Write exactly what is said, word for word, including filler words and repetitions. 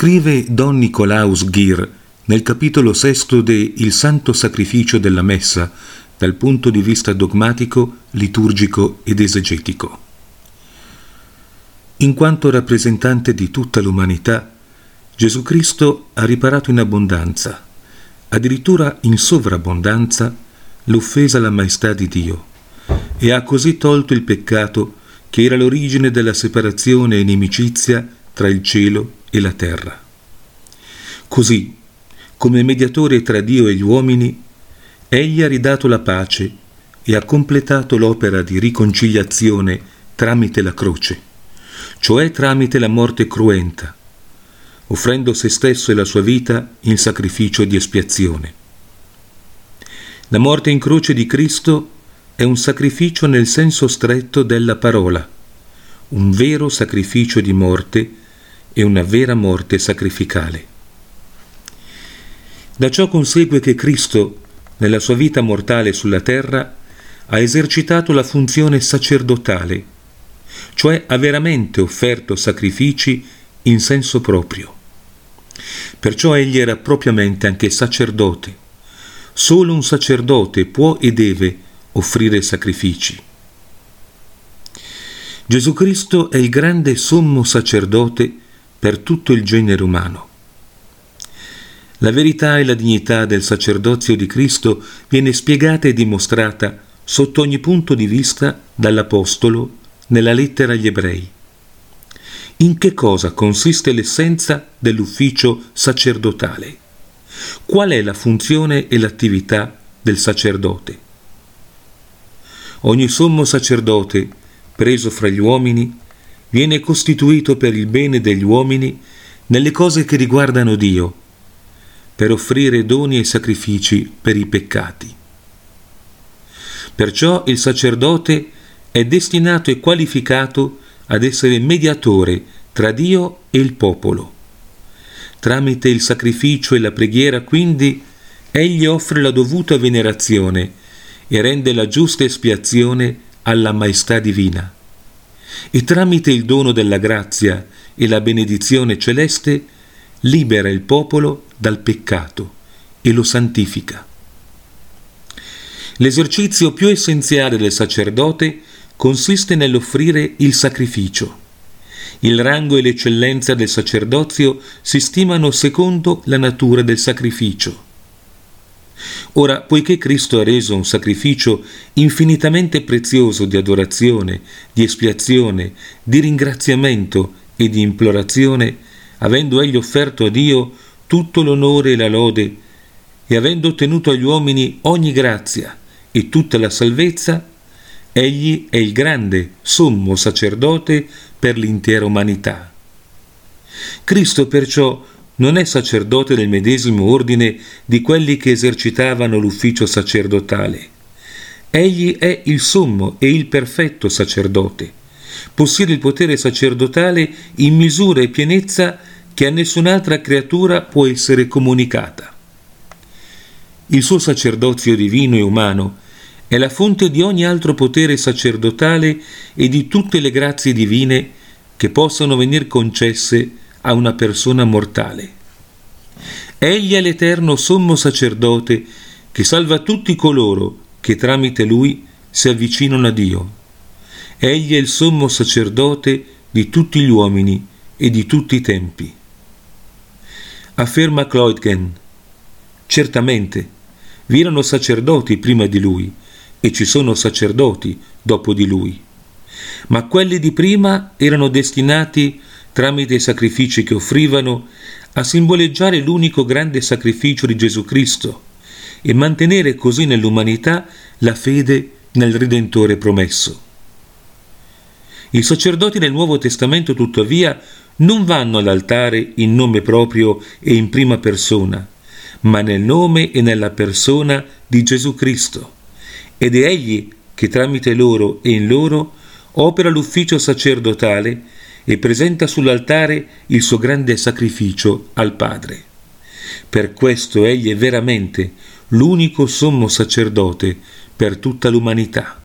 Scrive Don Nicolaus Ghir nel capitolo sesto de Il Santo Sacrificio della Messa dal punto di vista dogmatico, liturgico ed esegetico. In quanto rappresentante di tutta l'umanità, Gesù Cristo ha riparato in abbondanza, addirittura in sovrabbondanza, l'offesa alla maestà di Dio e ha così tolto il peccato che era l'origine della separazione e inimicizia tra il cielo e la terra. Così, come mediatore tra Dio e gli uomini, egli ha ridato la pace e ha completato l'opera di riconciliazione tramite la croce, cioè tramite la morte cruenta, offrendo se stesso e la sua vita in sacrificio di espiazione. La morte in croce di Cristo è un sacrificio nel senso stretto della parola, un vero sacrificio di morte e una vera morte sacrificale. Da ciò consegue che Cristo, nella sua vita mortale sulla terra, ha esercitato la funzione sacerdotale, cioè ha veramente offerto sacrifici in senso proprio. Perciò egli era propriamente anche sacerdote. Solo un sacerdote può e deve offrire sacrifici. Gesù Cristo è il grande sommo sacerdote per tutto il genere umano. La verità e la dignità del sacerdozio di Cristo viene spiegata e dimostrata sotto ogni punto di vista dall'Apostolo nella lettera agli Ebrei. In che cosa consiste l'essenza dell'ufficio sacerdotale? Qual è la funzione e l'attività del sacerdote? Ogni sommo sacerdote, preso fra gli uomini, viene costituito per il bene degli uomini nelle cose che riguardano Dio, per offrire doni e sacrifici per i peccati. Perciò il sacerdote è destinato e qualificato ad essere mediatore tra Dio e il popolo. Tramite il sacrificio e la preghiera, quindi, egli offre la dovuta venerazione e rende la giusta espiazione alla maestà divina. E tramite il dono della grazia e la benedizione celeste libera il popolo dal peccato e lo santifica. L'esercizio più essenziale del sacerdote consiste nell'offrire il sacrificio. Il rango e l'eccellenza del sacerdozio si stimano secondo la natura del sacrificio. Ora, poiché Cristo ha reso un sacrificio infinitamente prezioso di adorazione, di espiazione, di ringraziamento e di implorazione, avendo egli offerto a Dio tutto l'onore e la lode, e avendo ottenuto agli uomini ogni grazia e tutta la salvezza, egli è il grande sommo sacerdote per l'intera umanità. Cristo perciò non è sacerdote del medesimo ordine di quelli che esercitavano l'ufficio sacerdotale. Egli è il sommo e il perfetto sacerdote. Possiede il potere sacerdotale in misura e pienezza che a nessun'altra creatura può essere comunicata. Il suo sacerdozio divino e umano è la fonte di ogni altro potere sacerdotale e di tutte le grazie divine che possono venir concesse a una persona mortale. Egli è l'eterno sommo sacerdote che salva tutti coloro che tramite lui si avvicinano a Dio. Egli è il sommo sacerdote di tutti gli uomini e di tutti i tempi. Afferma Kloitgen: certamente vi erano sacerdoti prima di lui e ci sono sacerdoti dopo di lui, ma quelli di prima erano destinati, tramite i sacrifici che offrivano, a simboleggiare l'unico grande sacrificio di Gesù Cristo e mantenere così nell'umanità la fede nel Redentore promesso. I sacerdoti del Nuovo Testamento, tuttavia, non vanno all'altare in nome proprio e in prima persona, ma nel nome e nella persona di Gesù Cristo, ed è egli che tramite loro e in loro opera l'ufficio sacerdotale e presenta sull'altare il suo grande sacrificio al Padre. Per questo egli è veramente l'unico sommo sacerdote per tutta l'umanità.